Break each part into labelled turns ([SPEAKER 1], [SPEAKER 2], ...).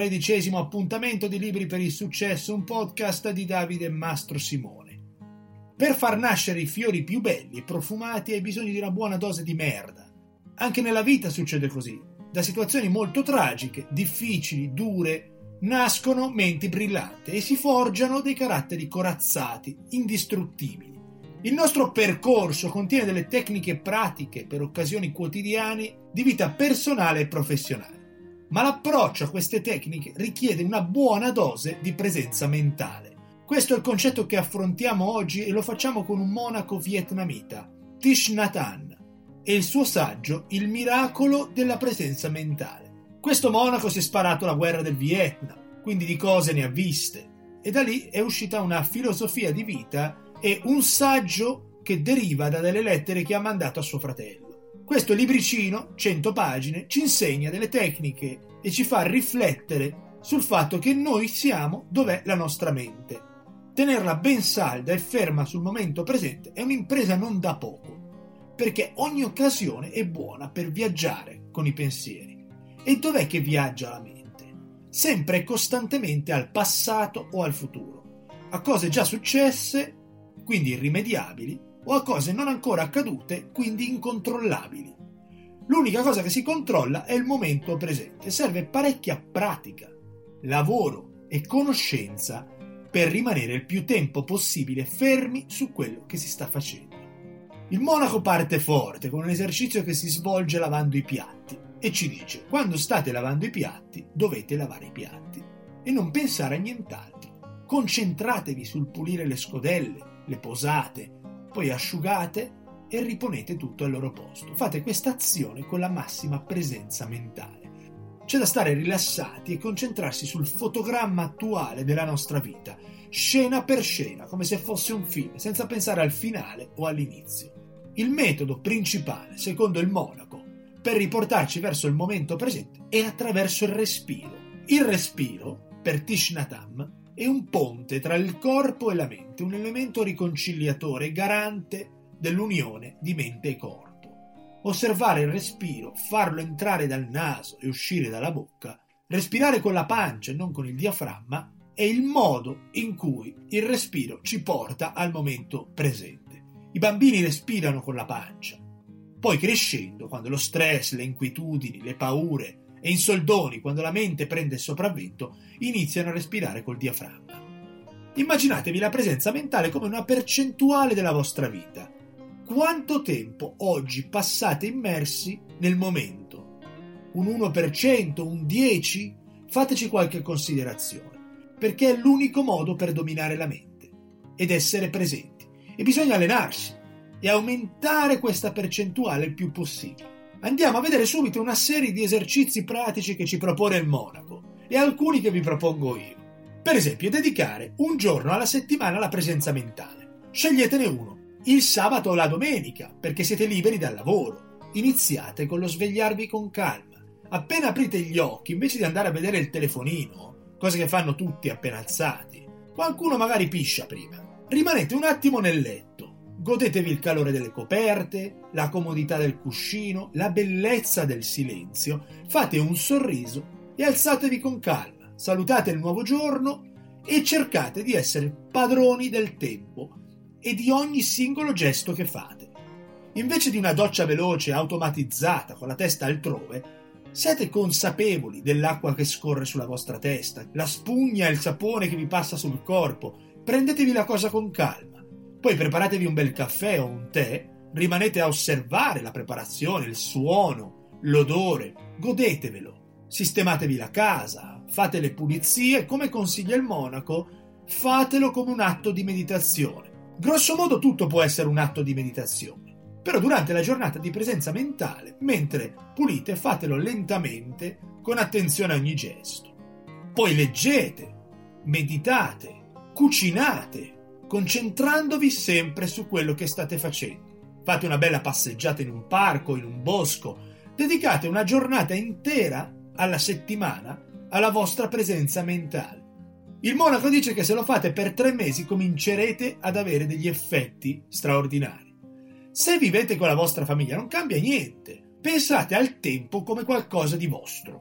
[SPEAKER 1] 13° appuntamento di Libri per il Successo, un podcast di Davide Mastro Simone. Per far nascere i fiori più belli e profumati hai bisogno di una buona dose di merda. Anche nella vita succede così. Da situazioni molto tragiche, difficili, dure, nascono menti brillanti e si forgiano dei caratteri corazzati, indistruttibili. Il nostro percorso contiene delle tecniche pratiche per occasioni quotidiane di vita personale e professionale, ma l'approccio a queste tecniche richiede una buona dose di presenza mentale. Questo è il concetto che affrontiamo oggi e lo facciamo con un monaco vietnamita, Thich Nhat Hanh, e il suo saggio Il miracolo della presenza mentale. Questo monaco si è sparato la guerra del Vietnam, quindi di cose ne ha viste, e da lì è uscita una filosofia di vita e un saggio che deriva da delle lettere che ha mandato a suo fratello. Questo libricino, 100 pagine, ci insegna delle tecniche e ci fa riflettere sul fatto che noi siamo dov'è la nostra mente. Tenerla ben salda e ferma sul momento presente è un'impresa non da poco, perché ogni occasione è buona per viaggiare con i pensieri. E dov'è che viaggia la mente? Sempre e costantemente al passato o al futuro, a cose già successe, quindi irrimediabili, o a cose non ancora accadute, quindi incontrollabili. L'unica cosa che si controlla è il momento presente. Serve parecchia pratica, lavoro e conoscenza per rimanere il più tempo possibile fermi su quello che si sta facendo. Il monaco parte forte con un esercizio che si svolge lavando i piatti e ci dice: quando state lavando i piatti dovete lavare i piatti e non pensare a nient'altro. Concentratevi sul pulire le scodelle, le posate, poi asciugate e riponete tutto al loro posto. Fate questa azione con la massima presenza mentale. C'è da stare rilassati e concentrarsi sul fotogramma attuale della nostra vita, scena per scena, come se fosse un film, senza pensare al finale o all'inizio. Il metodo principale, secondo il monaco, per riportarci verso il momento presente è attraverso il respiro. Il respiro, per Thich Nhat Hanh, è un ponte tra il corpo e la mente, un elemento riconciliatore, garante dell'unione di mente e corpo. Osservare il respiro, farlo entrare dal naso e uscire dalla bocca, respirare con la pancia e non con il diaframma, è il modo in cui il respiro ci porta al momento presente. I bambini respirano con la pancia, poi crescendo, quando lo stress, le inquietudini, le paure e in soldoni, quando la mente prende il sopravvento, iniziano a respirare col diaframma. Immaginatevi la presenza mentale come una percentuale della vostra vita. Quanto tempo oggi passate immersi nel momento? Un 1%, un 10%? Fateci qualche considerazione, perché è l'unico modo per dominare la mente ed essere presenti. E bisogna allenarsi e aumentare questa percentuale il più possibile. Andiamo a vedere subito una serie di esercizi pratici che ci propone il monaco e alcuni che vi propongo io. Per esempio, dedicare un giorno alla settimana alla presenza mentale. Sceglietene uno, il sabato o la domenica, perché siete liberi dal lavoro. Iniziate con lo svegliarvi con calma. Appena aprite gli occhi, invece di andare a vedere il telefonino, cose che fanno tutti appena alzati, qualcuno magari piscia prima, rimanete un attimo nel letto. Godetevi il calore delle coperte, la comodità del cuscino, la bellezza del silenzio, fate un sorriso e alzatevi con calma, salutate il nuovo giorno e cercate di essere padroni del tempo e di ogni singolo gesto che fate. Invece di una doccia veloce automatizzata con la testa altrove, siete consapevoli dell'acqua che scorre sulla vostra testa, la spugna e il sapone che vi passa sul corpo. Prendetevi la cosa con calma. Poi preparatevi un bel caffè o un tè, rimanete a osservare la preparazione, il suono, l'odore, godetevelo. Sistematevi la casa, fate le pulizie, come consiglia il monaco, fatelo come un atto di meditazione. Grosso modo tutto può essere un atto di meditazione, però durante la giornata di presenza mentale, mentre pulite, fatelo lentamente, con attenzione a ogni gesto. Poi leggete, meditate, cucinate, concentrandovi sempre su quello che state facendo. Fate una bella passeggiata in un parco, in un bosco. Dedicate una giornata intera alla settimana alla vostra presenza mentale. Il monaco dice che se lo fate per 3 mesi comincerete ad avere degli effetti straordinari. Se vivete con la vostra famiglia non cambia niente. Pensate al tempo come qualcosa di vostro.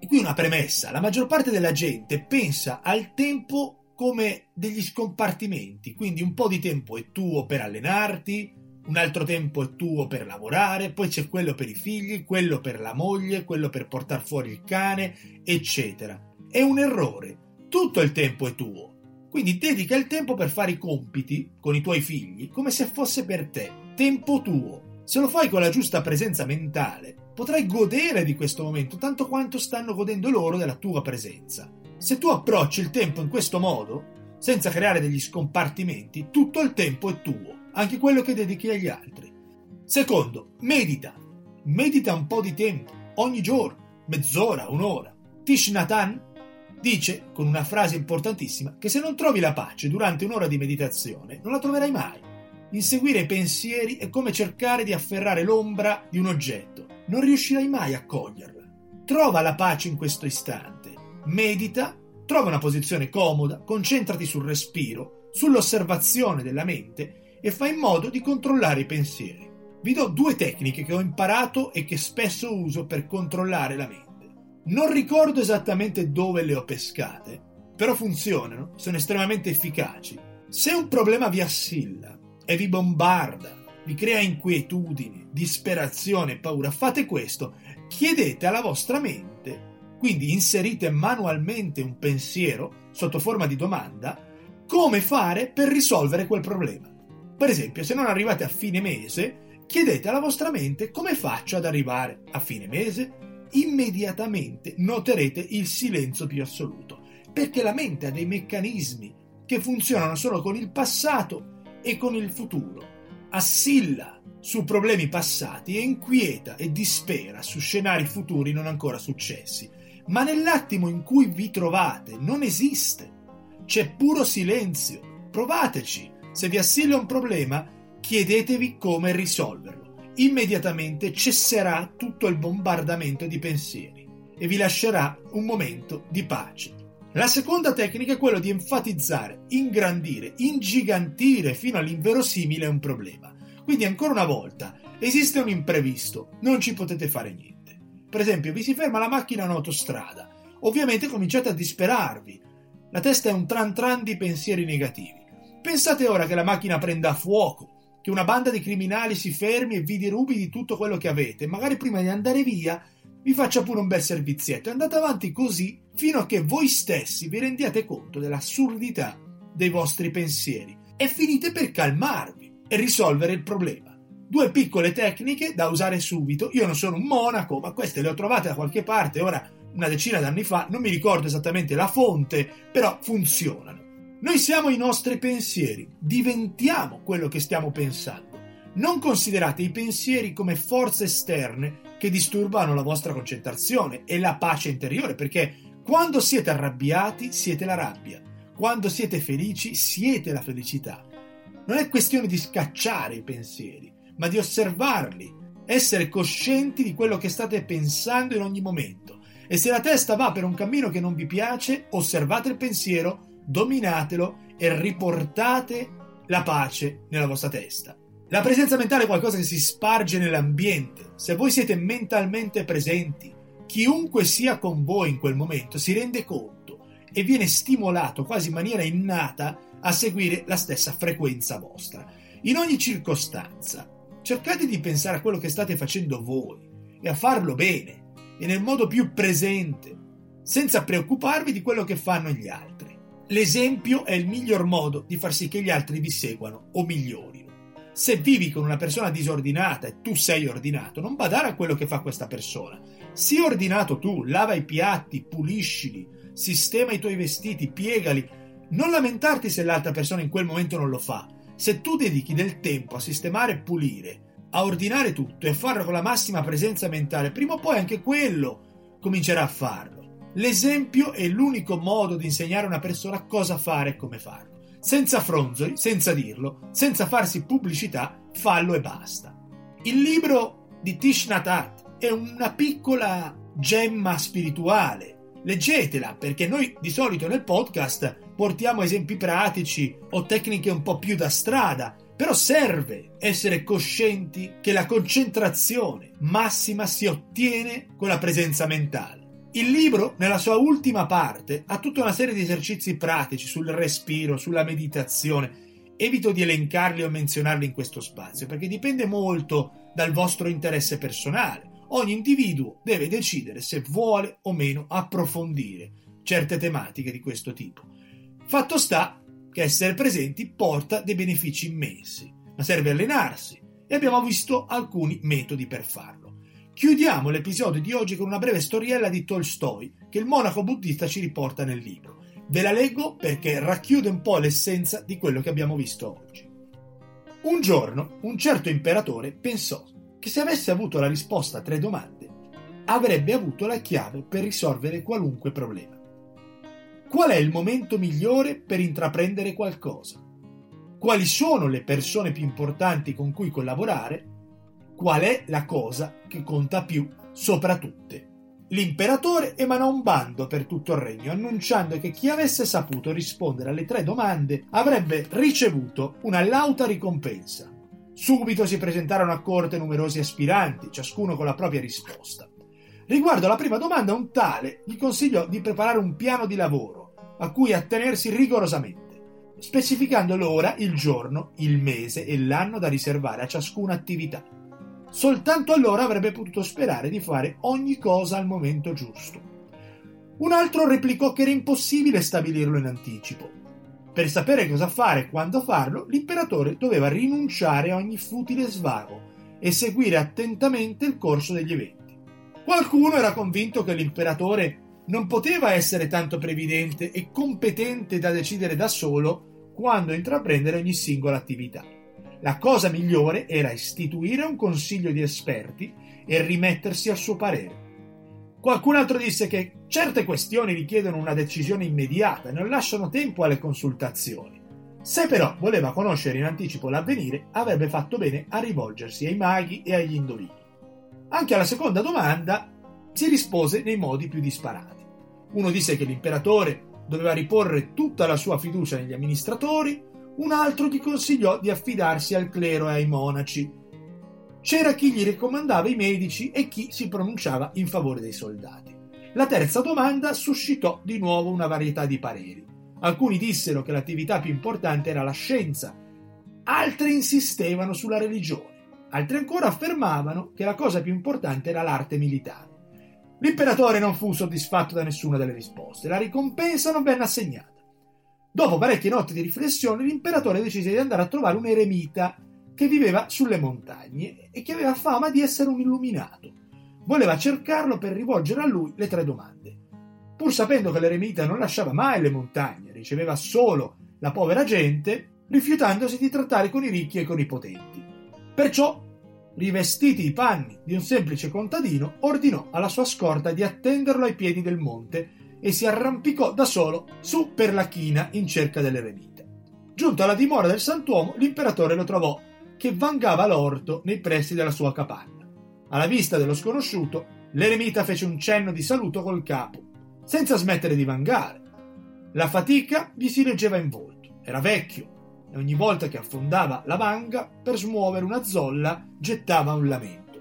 [SPEAKER 1] E qui una premessa: la maggior parte della gente pensa al tempo come degli scompartimenti, quindi un po' di tempo è tuo per allenarti, un altro tempo è tuo per lavorare, poi c'è quello per i figli, quello per la moglie, quello per portare fuori il cane, eccetera. È un errore. Tutto il tempo è tuo. Quindi dedica il tempo per fare i compiti con i tuoi figli come se fosse per te. Tempo tuo. Se lo fai con la giusta presenza mentale, potrai godere di questo momento tanto quanto stanno godendo loro della tua presenza. Se tu approcci il tempo in questo modo, senza creare degli scompartimenti, tutto il tempo è tuo, anche quello che dedichi agli altri. Secondo, medita. Medita un po' di tempo, ogni giorno, mezz'ora, un'ora. Thich Nhat Hanh dice, con una frase importantissima, che se non trovi la pace durante un'ora di meditazione, non la troverai mai. Inseguire i pensieri è come cercare di afferrare l'ombra di un oggetto. Non riuscirai mai a coglierla. Trova la pace in questo istante. Medita, trova una posizione comoda, concentrati sul respiro, sull'osservazione della mente e fai in modo di controllare i pensieri. Vi do 2 tecniche che ho imparato e che spesso uso per controllare la mente. Non ricordo esattamente dove le ho pescate, però funzionano, sono estremamente efficaci. Se un problema vi assilla e vi bombarda, vi crea inquietudine, disperazione e paura, fate questo: chiedete alla vostra mente, quindi inserite manualmente un pensiero sotto forma di domanda, come fare per risolvere quel problema. Per esempio, se non arrivate a fine mese, chiedete alla vostra mente: come faccio ad arrivare a fine mese? Immediatamente noterete il silenzio più assoluto, perché la mente ha dei meccanismi che funzionano solo con il passato e con il futuro. Assilla su problemi passati e inquieta e dispera su scenari futuri non ancora successi. Ma nell'attimo in cui vi trovate non esiste. C'è puro silenzio. Provateci. Se vi assilla un problema, chiedetevi come risolverlo. Immediatamente cesserà tutto il bombardamento di pensieri e vi lascerà un momento di pace. La seconda tecnica è quella di enfatizzare, ingrandire, ingigantire fino all'inverosimile un problema. Quindi ancora una volta, esiste un imprevisto, non ci potete fare niente. Per esempio, vi si ferma la macchina in autostrada. Ovviamente cominciate a disperarvi. La testa è un tran tran di pensieri negativi. Pensate ora che la macchina prenda a fuoco, che una banda di criminali si fermi e vi derubi di tutto quello che avete. Magari prima di andare via vi faccia pure un bel servizietto. E andate avanti così fino a che voi stessi vi rendiate conto dell'assurdità dei vostri pensieri e finite per calmarvi e risolvere il problema. 2 piccole tecniche da usare subito. Io non sono un monaco, ma queste le ho trovate da qualche parte, ora una decina d'anni fa, non mi ricordo esattamente la fonte, però funzionano. Noi siamo i nostri pensieri, diventiamo quello che stiamo pensando. Non considerate i pensieri come forze esterne che disturbano la vostra concentrazione e la pace interiore, perché quando siete arrabbiati siete la rabbia, quando siete felici siete la felicità. Non è questione di scacciare i pensieri, ma di osservarli, essere coscienti di quello che state pensando in ogni momento. E se la testa va per un cammino che non vi piace, osservate il pensiero, dominatelo e riportate la pace nella vostra testa. La presenza mentale è qualcosa che si sparge nell'ambiente. Se voi siete mentalmente presenti, chiunque sia con voi in quel momento si rende conto e viene stimolato quasi in maniera innata a seguire la stessa frequenza vostra. In ogni circostanza, cercate di pensare a quello che state facendo voi e a farlo bene e nel modo più presente, senza preoccuparvi di quello che fanno gli altri. L'esempio è il miglior modo di far sì che gli altri vi seguano o migliorino. Se vivi con una persona disordinata e tu sei ordinato, non badare a quello che fa questa persona. Sii ordinato tu, lava i piatti, puliscili, sistema i tuoi vestiti, piegali. Non lamentarti se l'altra persona in quel momento non lo fa. Se tu dedichi del tempo a sistemare e pulire, a ordinare tutto e a farlo con la massima presenza mentale, prima o poi anche quello comincerà a farlo. L'esempio è l'unico modo di insegnare a una persona cosa fare e come farlo. Senza fronzoli, senza dirlo, senza farsi pubblicità, fallo e basta. Il libro di Thich Nhat Hanh è una piccola gemma spirituale. Leggetela, perché noi di solito nel podcast portiamo esempi pratici o tecniche un po' più da strada, però serve essere coscienti che la concentrazione massima si ottiene con la presenza mentale. Il libro, nella sua ultima parte, ha tutta una serie di esercizi pratici sul respiro, sulla meditazione. Evito di elencarli o menzionarli in questo spazio, perché dipende molto dal vostro interesse personale. Ogni individuo deve decidere se vuole o meno approfondire certe tematiche di questo tipo. Fatto sta che essere presenti porta dei benefici immensi, ma serve allenarsi e abbiamo visto alcuni metodi per farlo. Chiudiamo l'episodio di oggi con una breve storiella di Tolstoi che il monaco buddista ci riporta nel libro. Ve la leggo perché racchiude un po' l'essenza di quello che abbiamo visto oggi. Un giorno un certo imperatore pensò che se avesse avuto la risposta a 3 domande avrebbe avuto la chiave per risolvere qualunque problema. Qual è il momento migliore per intraprendere qualcosa? Quali sono le persone più importanti con cui collaborare? Qual è la cosa che conta più sopra tutte? L'imperatore emanò un bando per tutto il regno, annunciando che chi avesse saputo rispondere alle 3 domande avrebbe ricevuto una lauta ricompensa. Subito si presentarono a corte numerosi aspiranti, ciascuno con la propria risposta. Riguardo alla prima domanda, un tale gli consigliò di preparare un piano di lavoro a cui attenersi rigorosamente, specificando l'ora, il giorno, il mese e l'anno da riservare a ciascuna attività. Soltanto allora avrebbe potuto sperare di fare ogni cosa al momento giusto. Un altro replicò che era impossibile stabilirlo in anticipo. Per sapere cosa fare e quando farlo, l'imperatore doveva rinunciare a ogni futile svago e seguire attentamente il corso degli eventi. Qualcuno era convinto che l'imperatore non poteva essere tanto previdente e competente da decidere da solo quando intraprendere ogni singola attività. La cosa migliore era istituire un consiglio di esperti e rimettersi al suo parere. Qualcun altro disse che certe questioni richiedono una decisione immediata e non lasciano tempo alle consultazioni. Se però voleva conoscere in anticipo l'avvenire, avrebbe fatto bene a rivolgersi ai maghi e agli indovini. Anche alla seconda domanda si rispose nei modi più disparati. Uno disse che l'imperatore doveva riporre tutta la sua fiducia negli amministratori, un altro gli consigliò di affidarsi al clero e ai monaci. C'era chi gli raccomandava i medici e chi si pronunciava in favore dei soldati. La terza domanda suscitò di nuovo una varietà di pareri. Alcuni dissero che l'attività più importante era la scienza, altri insistevano sulla religione, altri ancora affermavano che la cosa più importante era l'arte militare. L'imperatore non fu soddisfatto da nessuna delle risposte, la ricompensa non venne assegnata. Dopo parecchie notti di riflessione, l'imperatore decise di andare a trovare un eremita che viveva sulle montagne e che aveva fama di essere un illuminato. Voleva cercarlo per rivolgere a lui le 3 domande. Pur sapendo che l'eremita non lasciava mai le montagne, riceveva solo la povera gente, rifiutandosi di trattare con i ricchi e con i potenti. Perciò, rivestiti i panni di un semplice contadino, ordinò alla sua scorta di attenderlo ai piedi del monte e si arrampicò da solo su per la china in cerca dell'eremita. Giunto alla dimora del santuomo, l'imperatore lo trovò che vangava l'orto nei pressi della sua capanna. Alla vista dello sconosciuto, l'eremita fece un cenno di saluto col capo, senza smettere di vangare. La fatica gli si leggeva in volto. Era vecchio e ogni volta che affondava la vanga per smuovere una zolla gettava un lamento.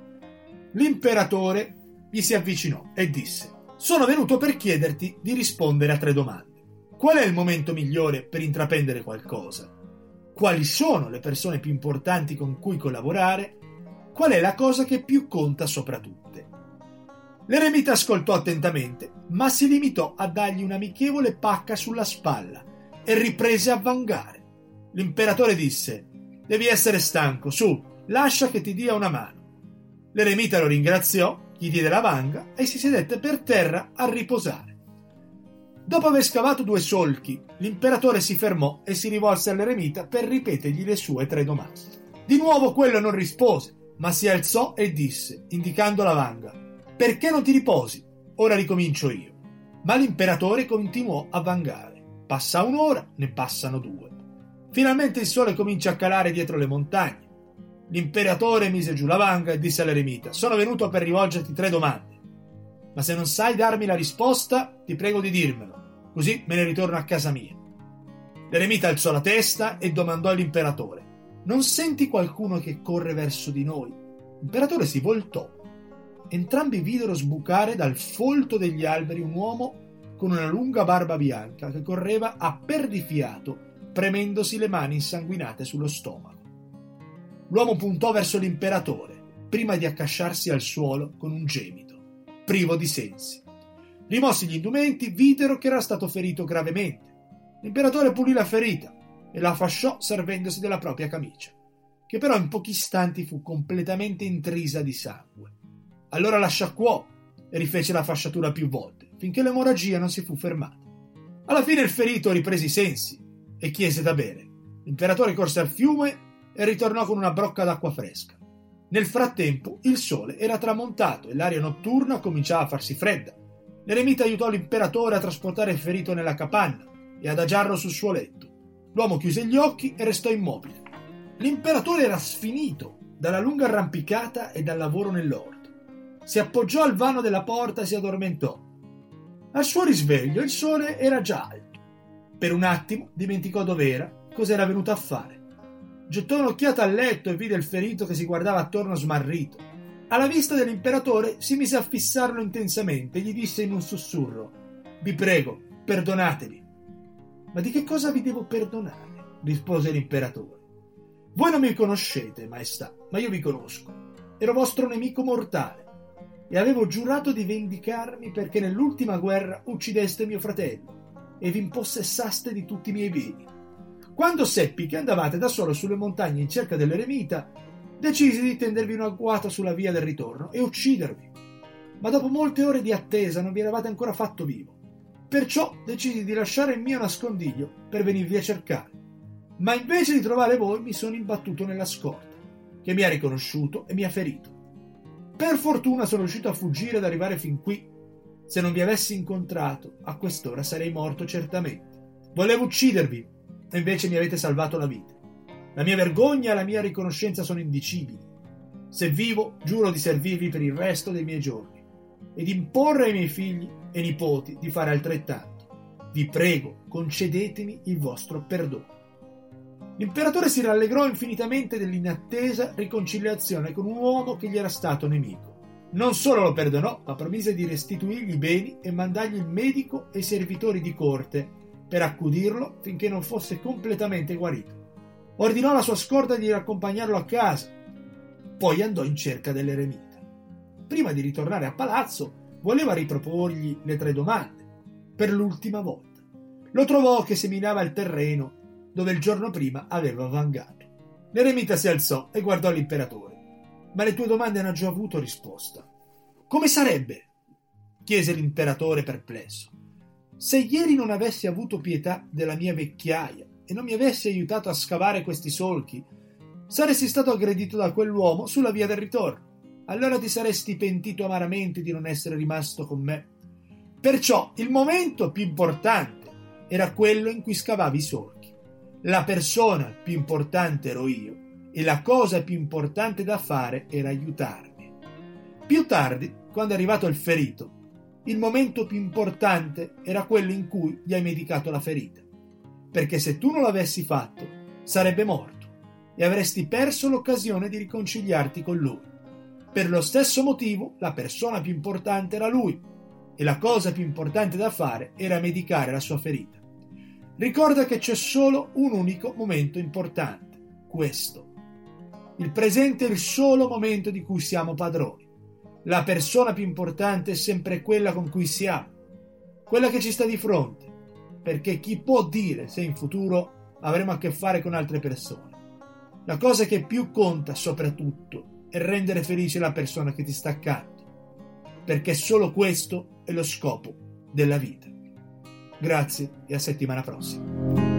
[SPEAKER 1] L'imperatore gli si avvicinò e disse: «Sono venuto per chiederti di rispondere a 3 domande. Qual è il momento migliore per intraprendere qualcosa? Quali sono le persone più importanti con cui collaborare? Qual è la cosa che più conta sopra tutte?» L'eremita ascoltò attentamente, ma si limitò a dargli un'amichevole pacca sulla spalla e riprese a vangare. L'imperatore disse: «Devi essere stanco, su, lascia che ti dia una mano». L'eremita lo ringraziò, gli diede la vanga e si sedette per terra a riposare. Dopo aver scavato 2 solchi, l'imperatore si fermò e si rivolse all'eremita per ripetergli le sue 3 domande. Di nuovo quello non rispose, ma si alzò e disse, indicando la vanga: «Perché non ti riposi? Ora ricomincio io». Ma l'imperatore continuò a vangare. Passa un'ora, ne passano 2. Finalmente il sole comincia a calare dietro le montagne. L'imperatore mise giù la vanga e disse all'eremita: «Sono venuto per rivolgerti 3 domande. Ma se non sai darmi la risposta, ti prego di dirmelo, così me ne ritorno a casa mia». L'eremita alzò la testa e domandò all'imperatore: «Non senti qualcuno che corre verso di noi?» L'imperatore si voltò entrambi videro sbucare dal folto degli alberi un uomo con una lunga barba bianca che correva a perdifiato, premendosi le mani insanguinate sullo stomaco. L'uomo puntò verso l'imperatore, prima di accasciarsi al suolo con un gemito, privo di sensi. Rimossi gli indumenti, videro che era stato ferito gravemente. L'imperatore pulì la ferita e la fasciò servendosi della propria camicia, che però in pochi istanti fu completamente intrisa di sangue. Allora la sciacquò e rifece la fasciatura più volte, finché l'emorragia non si fu fermata. Alla fine il ferito riprese i sensi e chiese da bere. L'imperatore corse al fiume e ritornò con una brocca d'acqua fresca. Nel frattempo il sole era tramontato e l'aria notturna cominciava a farsi fredda. L'eremita aiutò l'imperatore a trasportare il ferito nella capanna e adagiarlo sul suo letto. L'uomo chiuse gli occhi e restò immobile. L'imperatore era sfinito dalla lunga arrampicata e dal lavoro nell'orto. Si appoggiò al vano della porta e si addormentò. Al suo risveglio il sole era già alto. Per un attimo dimenticò dov'era, cosa era venuto a fare. Gettò un'occhiata al letto e vide il ferito che si guardava attorno smarrito. Alla vista dell'imperatore si mise a fissarlo intensamente e gli disse in un sussurro: «Vi prego, perdonatemi». «Ma di che cosa vi devo perdonare?» rispose l'imperatore. «Voi non mi conoscete, maestà, ma io vi conosco. Ero vostro nemico mortale e avevo giurato di vendicarmi perché nell'ultima guerra uccideste mio fratello e vi impossessaste di tutti i miei beni. Quando seppi che andavate da solo sulle montagne in cerca dell'eremita, decisi di tendervi un agguato sulla via del ritorno e uccidervi. Ma dopo molte ore di attesa non vi eravate ancora fatto vivo. Perciò decisi di lasciare il mio nascondiglio per venirvi a cercare. Ma invece di trovare voi mi sono imbattuto nella scorta, che mi ha riconosciuto e mi ha ferito. Per fortuna sono riuscito a fuggire ed arrivare fin qui. Se non vi avessi incontrato, a quest'ora sarei morto certamente. Volevo uccidervi, e invece mi avete salvato la vita. La mia vergogna e la mia riconoscenza sono indicibili. Se vivo, giuro di servirvi per il resto dei miei giorni e di imporre ai miei figli e nipoti di fare altrettanto. Vi prego, concedetemi il vostro perdono». L'imperatore si rallegrò infinitamente dell'inattesa riconciliazione con un uomo che gli era stato nemico. Non solo lo perdonò, ma promise di restituirgli i beni e mandargli il medico e i servitori di corte per accudirlo finché non fosse completamente guarito. Ordinò alla sua scorta di accompagnarlo a casa. Poi andò in cerca dell'eremita. Prima di ritornare a palazzo, voleva riproporgli le 3 domande, per l'ultima volta. Lo trovò che seminava il terreno dove il giorno prima aveva vangato. L'eremita si alzò e guardò l'imperatore. «Ma le tue domande hanno già avuto risposta». «Come sarebbe?» chiese l'imperatore perplesso. «Se ieri non avessi avuto pietà della mia vecchiaia e non mi avessi aiutato a scavare questi solchi, saresti stato aggredito da quell'uomo sulla via del ritorno. Allora ti saresti pentito amaramente di non essere rimasto con me. Perciò il momento più importante era quello in cui scavavi i solchi. La persona più importante ero io e la cosa più importante da fare era aiutarmi. Più tardi, quando è arrivato il ferito, il momento più importante era quello in cui gli hai medicato la ferita, perché se tu non l'avessi fatto sarebbe morto e avresti perso l'occasione di riconciliarti con lui. Per lo stesso motivo la persona più importante era lui e la cosa più importante da fare era medicare la sua ferita. Ricorda che c'è solo un unico momento importante, questo. Il presente è il solo momento di cui siamo padroni. La persona più importante è sempre quella con cui siamo, quella che ci sta di fronte, perché chi può dire se in futuro avremo a che fare con altre persone? La cosa che più conta soprattutto è rendere felice la persona che ti sta accanto, perché solo questo è lo scopo della vita. Grazie e a settimana prossima.